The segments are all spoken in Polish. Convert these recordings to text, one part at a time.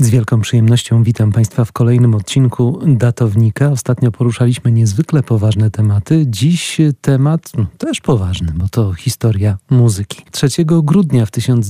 Z wielką przyjemnością witam Państwa w kolejnym odcinku Datownika. Ostatnio poruszaliśmy niezwykle poważne tematy. Dziś temat też poważny, bo to historia muzyki. 3 grudnia w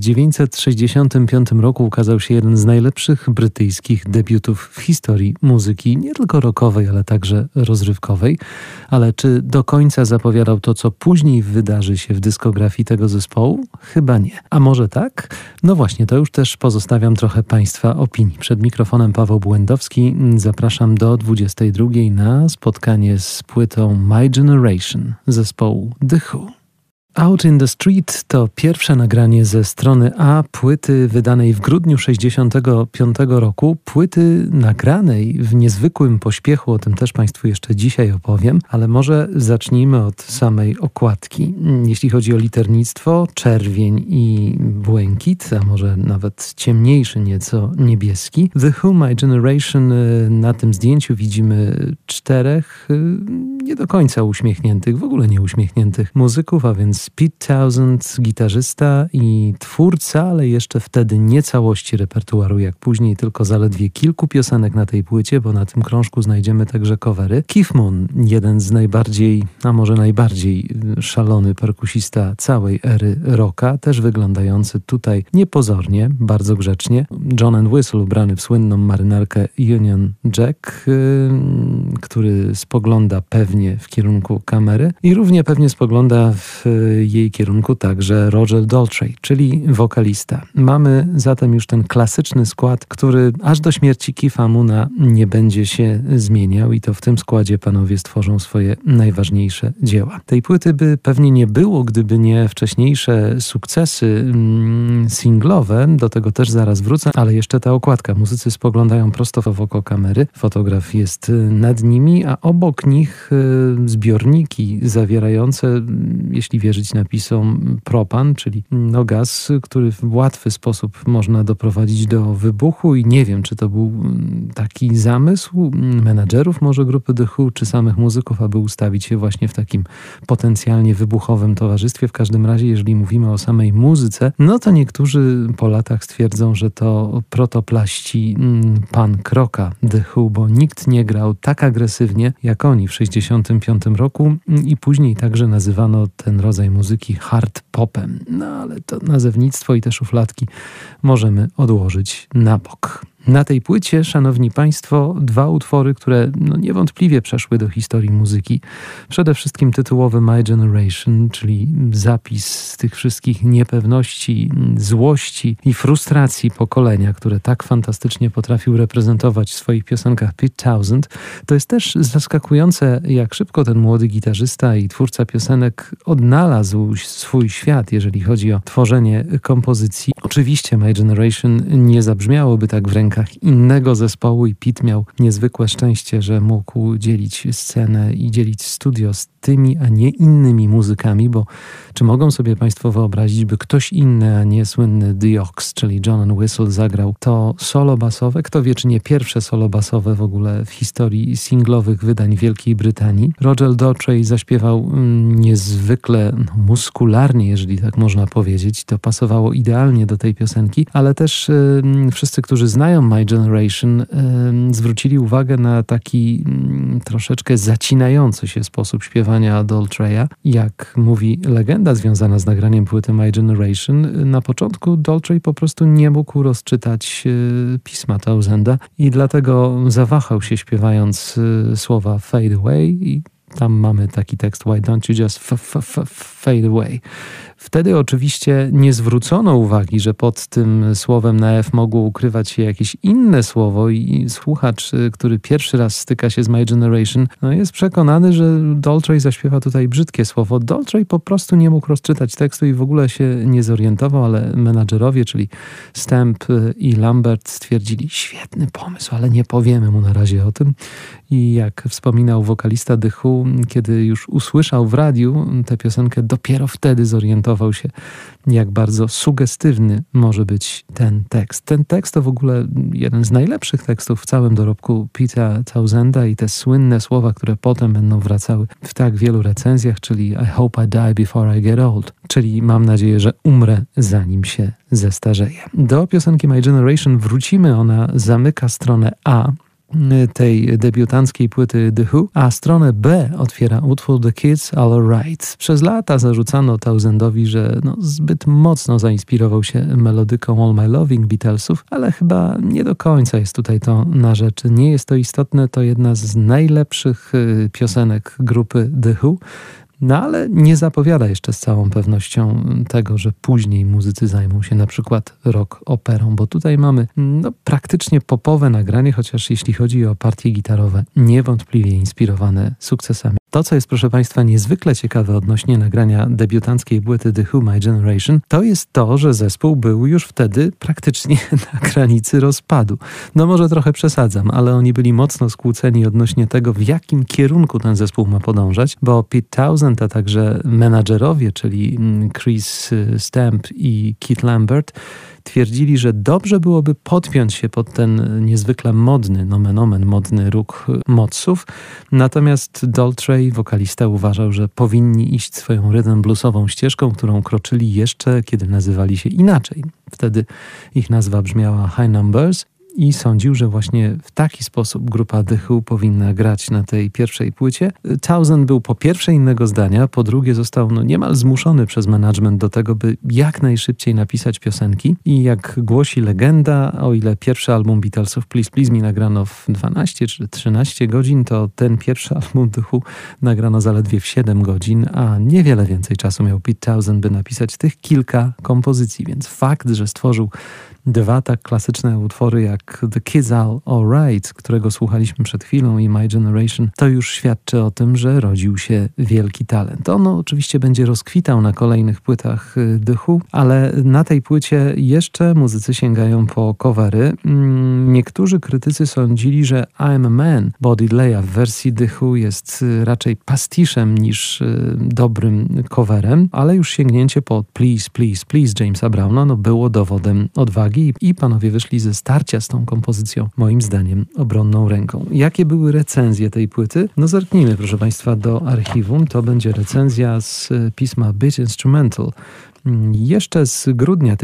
1965 roku ukazał się jeden z najlepszych brytyjskich debiutów w historii muzyki, nie tylko rockowej, ale także rozrywkowej. Ale czy do końca zapowiadał to, co później wydarzy się w dyskografii tego zespołu? Chyba nie. A może tak? No właśnie, to już też pozostawiam trochę Państwa opinii. Przed mikrofonem Paweł Błędowski. Zapraszam do 22 na spotkanie z płytą My Generation zespołu The Who. Out in the Street to pierwsze nagranie ze strony A płyty wydanej w grudniu 1965 roku. Płyty nagranej w niezwykłym pośpiechu, o tym też Państwu jeszcze dzisiaj opowiem, ale może zacznijmy od samej okładki. Jeśli chodzi o liternictwo, czerwień i błękit, a może nawet ciemniejszy nieco niebieski. The Who, My Generation, na tym zdjęciu widzimy 4 nie do końca uśmiechniętych, w ogóle nie uśmiechniętych muzyków, a więc Pete Townshend, gitarzysta i twórca, ale jeszcze wtedy nie całości repertuaru, jak później, tylko zaledwie kilku piosenek na tej płycie, bo na tym krążku znajdziemy także covery. Keith Moon, jeden z najbardziej, a może najbardziej szalony perkusista całej ery rocka, też wyglądający tutaj niepozornie, bardzo grzecznie. John and Whistle, ubrany w słynną marynarkę Union Jack, który spogląda pewnie w kierunku kamery i równie pewnie spogląda w jej kierunku także Roger Daltrey, czyli wokalista. Mamy zatem już ten klasyczny skład, który aż do śmierci Keitha Moona nie będzie się zmieniał i to w tym składzie panowie stworzą swoje najważniejsze dzieła. Tej płyty by pewnie nie było, gdyby nie wcześniejsze sukcesy singlowe, do tego też zaraz wrócę, ale jeszcze ta okładka. Muzycy spoglądają prosto w oko kamery, fotograf jest nad nimi, a obok nich zbiorniki zawierające, jeśli wierzyć napisom, propan, czyli gaz, który w łatwy sposób można doprowadzić do wybuchu i nie wiem, czy to był taki zamysł menadżerów może grupy The Who, czy samych muzyków, aby ustawić się właśnie w takim potencjalnie wybuchowym towarzystwie. W każdym razie, jeżeli mówimy o samej muzyce, no to niektórzy po latach stwierdzą, że to protoplaści punk rocka The Who, bo nikt nie grał tak agresywnie jak oni w 1965 roku i później także nazywano ten rodzaj muzyki hard popem. No ale to nazewnictwo i te szufladki możemy odłożyć na bok. Na tej płycie, szanowni Państwo, 2 utwory, które niewątpliwie przeszły do historii muzyki. Przede wszystkim tytułowy My Generation, czyli zapis z tych wszystkich niepewności, złości i frustracji pokolenia, które tak fantastycznie potrafił reprezentować w swoich piosenkach Pete Townshend. To jest też zaskakujące, jak szybko ten młody gitarzysta i twórca piosenek odnalazł swój świat, jeżeli chodzi o tworzenie kompozycji. Oczywiście My Generation nie zabrzmiałoby tak w rękach innego zespołu i Pete miał niezwykłe szczęście, że mógł dzielić scenę i dzielić studio z tymi, a nie innymi muzykami, bo czy mogą sobie Państwo wyobrazić, by ktoś inny, a nie słynny The Ox, czyli John and Whistle, zagrał to solo basowe? Kto wie, czy nie pierwsze solo basowe w ogóle w historii singlowych wydań Wielkiej Brytanii. Roger Daltrey zaśpiewał niezwykle muskularnie, jeżeli tak można powiedzieć. To pasowało idealnie do tej piosenki, ale też wszyscy, którzy znają My Generation, zwrócili uwagę na taki troszeczkę zacinający się sposób śpiewania Daltreya. Jak mówi legenda związana z nagraniem płyty My Generation, na początku Daltrey po prostu nie mógł rozczytać pisma Townshenda i dlatego zawahał się śpiewając słowa fade away i tam mamy taki tekst Why don't you just fade away. Wtedy oczywiście nie zwrócono uwagi, że pod tym słowem na F mogło ukrywać się jakieś inne słowo i słuchacz, który pierwszy raz styka się z My Generation, jest przekonany, że Daltrey zaśpiewa tutaj brzydkie słowo. Daltrey po prostu nie mógł rozczytać tekstu i w ogóle się nie zorientował, ale menadżerowie, czyli Stamp i Lambert stwierdzili, świetny pomysł, ale nie powiemy mu na razie o tym. I jak wspominał wokalista The Who, zespół, kiedy już usłyszał w radiu tę piosenkę, dopiero wtedy zorientował się, jak bardzo sugestywny może być ten tekst. Ten tekst to w ogóle jeden z najlepszych tekstów w całym dorobku Pete'a Townsenda i te słynne słowa, które potem będą wracały w tak wielu recenzjach, czyli I hope I die before I get old, czyli mam nadzieję, że umrę zanim się zestarzeję. Do piosenki My Generation wrócimy, ona zamyka stronę A tej debiutanckiej płyty The Who, a stronę B otwiera utwór The Kids All Alright. Przez lata zarzucano Townsendowi, że zbyt mocno zainspirował się melodyką All My Loving Beatlesów, ale chyba nie do końca jest tutaj to na rzeczy. Nie jest to istotne, to jedna z najlepszych piosenek grupy The Who. No ale nie zapowiada jeszcze z całą pewnością tego, że później muzycy zajmą się na przykład rock operą, bo tutaj mamy praktycznie popowe nagranie, chociaż jeśli chodzi o partie gitarowe, niewątpliwie inspirowane sukcesami. To, co jest, proszę Państwa, niezwykle ciekawe odnośnie nagrania debiutanckiej płyty The Who My Generation, to jest to, że zespół był już wtedy praktycznie na granicy rozpadu. No może trochę przesadzam, ale oni byli mocno skłóceni odnośnie tego, w jakim kierunku ten zespół ma podążać, bo Pete Townshend, a także menadżerowie, czyli Chris Stamp i Keith Lambert, twierdzili, że dobrze byłoby podpiąć się pod ten niezwykle modny, nomen omen, modny ruch modsów. Natomiast Daltrey, wokalista, uważał, że powinni iść swoją rhythm bluesową ścieżką, którą kroczyli jeszcze, kiedy nazywali się inaczej. Wtedy ich nazwa brzmiała High Numbers. I sądził, że właśnie w taki sposób grupa The Who powinna grać na tej pierwszej płycie. Townshend był po pierwsze innego zdania, po drugie został niemal zmuszony przez management do tego, by jak najszybciej napisać piosenki. I jak głosi legenda, o ile pierwszy album Beatlesów Please Please Me nagrano w 12 czy 13 godzin, to ten pierwszy album The Who nagrano zaledwie w 7 godzin, a niewiele więcej czasu miał Pete Townshend, by napisać tych kilka kompozycji. Więc fakt, że stworzył dwa tak klasyczne utwory jak The Kids All Alright, którego słuchaliśmy przed chwilą, i My Generation, to już świadczy o tym, że rodził się wielki talent. On oczywiście będzie rozkwitał na kolejnych płytach The Who, ale na tej płycie jeszcze muzycy sięgają po covery. Niektórzy krytycy sądzili, że I'm a Man Body Leia w wersji The Who jest raczej pastiszem niż dobrym coverem, ale już sięgnięcie po Please, Please, Please Jamesa Browna było dowodem odwagi i panowie wyszli ze starcia z tą kompozycją, moim zdaniem, obronną ręką. Jakie były recenzje tej płyty? Zerknijmy, proszę Państwa, do archiwum. To będzie recenzja z pisma Beat Instrumental. Jeszcze z grudnia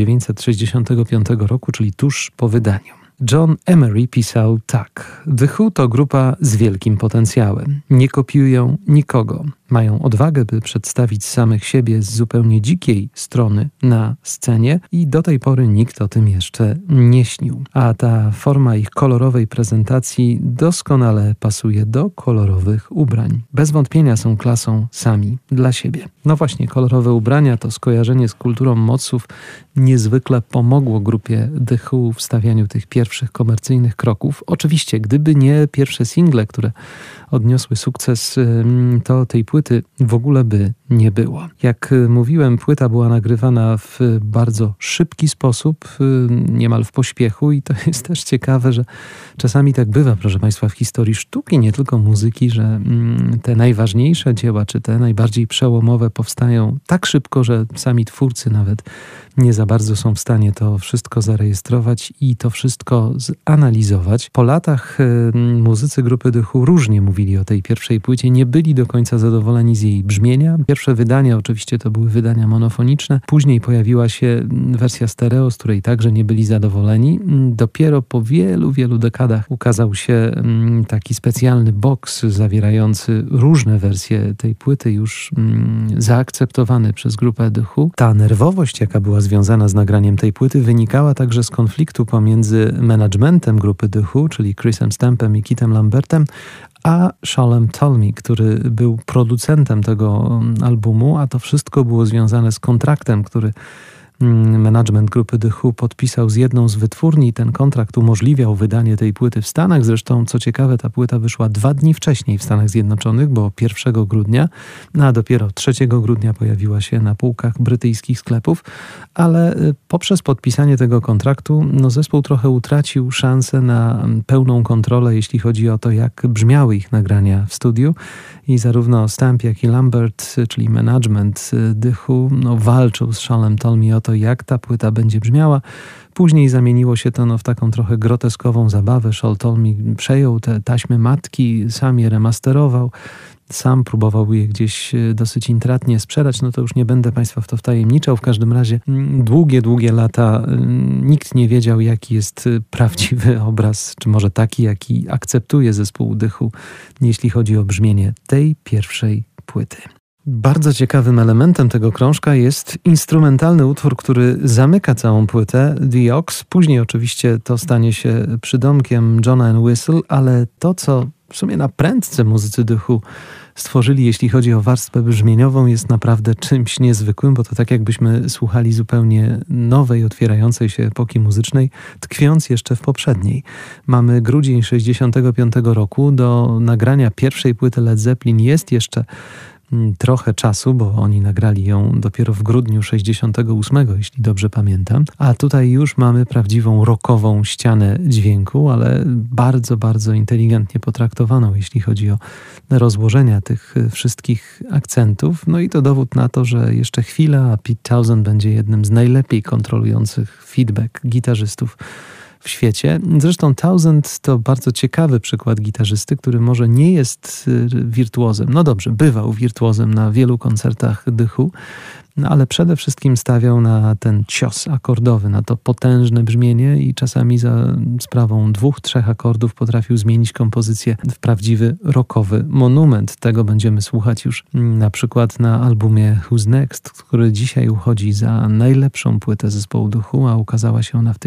1965 roku, czyli tuż po wydaniu. John Emery pisał tak. The Who to grupa z wielkim potencjałem. Nie kopiują nikogo. Mają odwagę, by przedstawić samych siebie z zupełnie dzikiej strony na scenie i do tej pory nikt o tym jeszcze nie śnił. A ta forma ich kolorowej prezentacji doskonale pasuje do kolorowych ubrań. Bez wątpienia są klasą sami dla siebie. No właśnie, kolorowe ubrania, to skojarzenie z kulturą modsów niezwykle pomogło grupie The Who w stawianiu tych pierwszych komercyjnych kroków. Oczywiście, gdyby nie pierwsze single, które odniosły sukces, to tej płyty w ogóle by nie było. Jak mówiłem, płyta była nagrywana w bardzo szybki sposób, niemal w pośpiechu, i to jest też ciekawe, że czasami tak bywa, proszę Państwa, w historii sztuki, nie tylko muzyki, że te najważniejsze dzieła, czy te najbardziej przełomowe powstają tak szybko, że sami twórcy nawet nie za bardzo są w stanie to wszystko zarejestrować i to wszystko zanalizować. Po latach muzycy grupy The Who różnie mówili o tej pierwszej płycie, nie byli do końca zadowoleni z jej brzmienia. Pierwsze wydania oczywiście to były wydania monofoniczne, później pojawiła się wersja stereo, z której także nie byli zadowoleni. Dopiero po wielu, wielu dekadach ukazał się taki specjalny box zawierający różne wersje tej płyty, już zaakceptowany przez grupę The Who. Ta nerwowość, jaka była związana z nagraniem tej płyty, wynikała także z konfliktu pomiędzy managementem grupy The Who, czyli Chrisem Stampem i Keithem Lambertem, a Sholem Tulmy, który był producentem tego albumu, a to wszystko było związane z kontraktem, który Management grupy The Who podpisał z jedną z wytwórni. Ten kontrakt umożliwiał wydanie tej płyty w Stanach. Zresztą, co ciekawe, ta płyta wyszła 2 dni wcześniej w Stanach Zjednoczonych, bo 1 grudnia, a dopiero 3 grudnia pojawiła się na półkach brytyjskich sklepów. Ale poprzez podpisanie tego kontraktu zespół trochę utracił szansę na pełną kontrolę, jeśli chodzi o to, jak brzmiały ich nagrania w studiu. I zarówno Stamp, jak i Lambert, czyli management The Who, walczył z Seanem Talmy o to, jak ta płyta będzie brzmiała. Później zamieniło się to w taką trochę groteskową zabawę. Sean Talmy przejął te taśmy matki, sam je remasterował, sam próbował je gdzieś dosyć intratnie sprzedać. To już nie będę Państwa w to wtajemniczał. W każdym razie długie lata nikt nie wiedział, jaki jest prawdziwy obraz, czy może taki, jaki akceptuje zespół The Who, jeśli chodzi o brzmienie tej pierwszej płyty. Bardzo ciekawym elementem tego krążka jest instrumentalny utwór, który zamyka całą płytę, The Ox. Później oczywiście to stanie się przydomkiem Johna and Whistle, ale to, co w sumie na prędce muzycy The Who stworzyli, jeśli chodzi o warstwę brzmieniową, jest naprawdę czymś niezwykłym, bo to tak jakbyśmy słuchali zupełnie nowej, otwierającej się epoki muzycznej, tkwiąc jeszcze w poprzedniej. Mamy grudzień 65 roku. Do nagrania pierwszej płyty Led Zeppelin jest jeszcze trochę czasu, bo oni nagrali ją dopiero w grudniu 68, jeśli dobrze pamiętam. A tutaj już mamy prawdziwą rockową ścianę dźwięku, ale bardzo, bardzo inteligentnie potraktowaną, jeśli chodzi o rozłożenia tych wszystkich akcentów. I to dowód na to, że jeszcze chwila, a Pete Townshend będzie jednym z najlepiej kontrolujących feedback gitarzystów w świecie. Zresztą Townshend to bardzo ciekawy przykład gitarzysty, który może nie jest wirtuozem. Dobrze, bywał wirtuozem na wielu koncertach The Who, ale przede wszystkim stawiał na ten cios akordowy, na to potężne brzmienie i czasami za sprawą 2-3 akordów potrafił zmienić kompozycję w prawdziwy rockowy monument. Tego będziemy słuchać już na przykład na albumie Who's Next, który dzisiaj uchodzi za najlepszą płytę zespołu The Who, a ukazała się ona w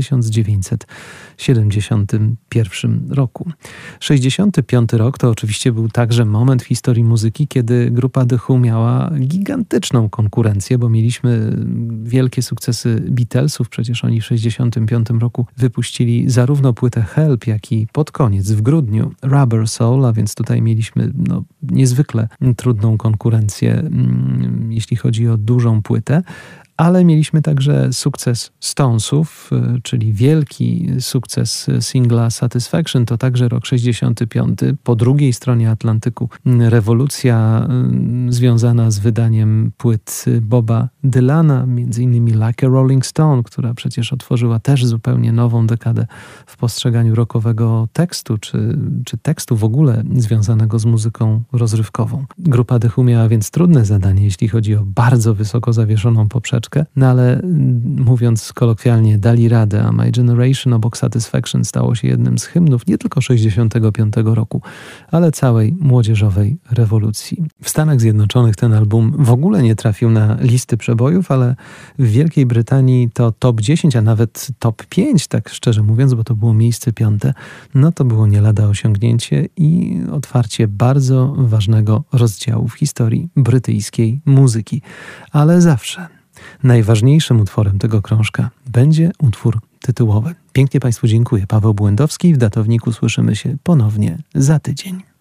1971 roku. 65 rok to oczywiście był także moment w historii muzyki, kiedy grupa The Who miała gigantyczną konkurencję, bo mieliśmy wielkie sukcesy Beatlesów. Przecież oni w 65 roku wypuścili zarówno płytę Help, jak i pod koniec, w grudniu, Rubber Soul, a więc tutaj mieliśmy niezwykle trudną konkurencję, jeśli chodzi o dużą płytę. Ale mieliśmy także sukces Stonesów, czyli wielki sukces singla Satisfaction, to także rok 65. Po drugiej stronie Atlantyku rewolucja związana z wydaniem płyt Boba Dylana, między innymi Like a Rolling Stone, która przecież otworzyła też zupełnie nową dekadę w postrzeganiu rockowego tekstu, czy tekstu w ogóle związanego z muzyką rozrywkową. Grupa The Who miała więc trudne zadanie, jeśli chodzi o bardzo wysoko zawieszoną poprzeczkę, ale mówiąc kolokwialnie, dali radę, a My Generation obok Satisfaction stało się jednym z hymnów nie tylko 65 roku, ale całej młodzieżowej rewolucji. W Stanach Zjednoczonych ten album w ogóle nie trafił na listy przebojów, ale w Wielkiej Brytanii to top 10, a nawet top 5, tak szczerze mówiąc, bo to było miejsce 5, to było nie lada osiągnięcie i otwarcie bardzo ważnego rozdziału w historii brytyjskiej muzyki. Ale zawsze najważniejszym utworem tego krążka będzie utwór tytułowy. Pięknie Państwu dziękuję. Paweł Błędowski. W Datowniku słyszymy się ponownie za tydzień.